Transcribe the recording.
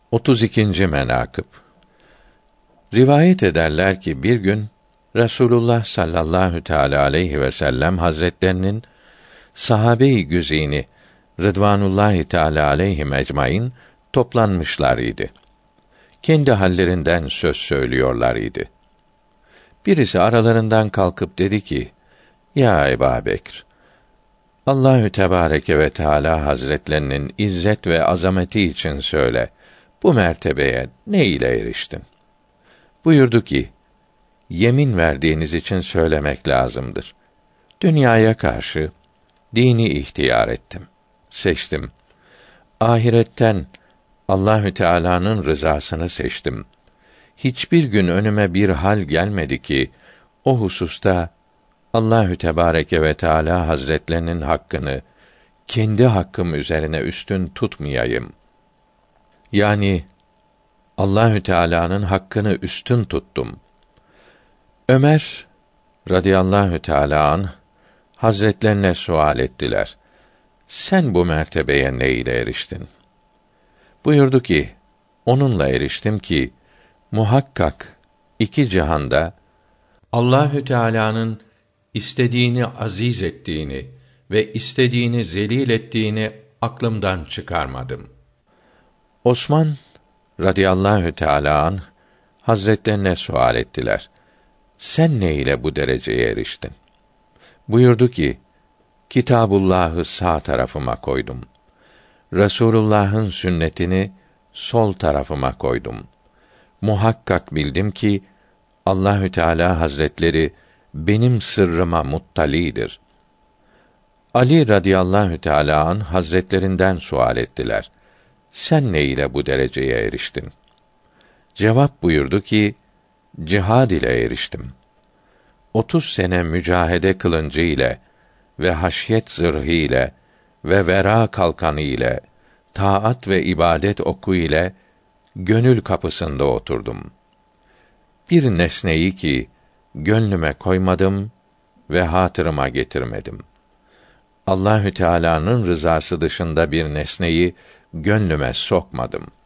32. menakıb. Rivayet ederler ki bir gün Resulullah sallallahu teâlâ aleyhi ve sellem hazretlerinin sahabe-i güzini Rıdvanullahi Teâlâ aleyhim ecmaîn toplanmışlar idi. Kendi hallerinden söz söylüyorlar idi. Birisi aralarından kalkıp dedi ki: Ya Ebâbekr, Allahü Tebareke ve Teâlâ Hazretlerinin izzet ve azameti için söyle, bu mertebeye ne ile eriştin? Buyurdu ki: Yemin verdiğiniz için söylemek lazımdır. Dünyaya karşı dini ihtiyar ettim, seçtim. Ahiretten Allahü Teala'nın rızasını seçtim. Hiçbir gün önüme bir hal gelmedi ki o hususta Allahü Tebareke ve Teala Hazretlerinin hakkını kendi hakkım üzerine üstün tutmayayım. Yani Allahü Teala'nın hakkını üstün tuttum. Ömer radıyallahu teâlâ anh Hazretlerine sual ettiler. Sen bu mertebeye ne ile eriştin? Buyurdu ki: Onunla eriştim ki muhakkak iki cihanda Allahü Teala'nın istediğini aziz ettiğini ve istediğini zelil ettiğini aklımdan çıkarmadım. Osman radıyallahu teâlâ anh Hazretlerine sual ettiler. Sen ne ile bu dereceye eriştin? Buyurdu ki: Kitabullah'ı sağ tarafıma koydum. Resulullah'ın sünnetini sol tarafıma koydum. Muhakkak bildim ki Allahü Teala Hazretleri benim sırrıma muttalidir. Ali radıyallahu teâlâ anh Hazretlerinden sual ettiler. Sen ne ile bu dereceye eriştin? Cevap buyurdu ki: Cihad ile eriştim. 30 sene mücahede kılıncı ile ve haşyet zırhı ile ve vera kalkanı ile, taat ve ibadet oku ile gönül kapısında oturdum. Bir nesneyi ki gönlüme koymadım ve hatırıma getirmedim. Allahü Teala'nın rızası dışında bir nesneyi gönlüme sokmadım.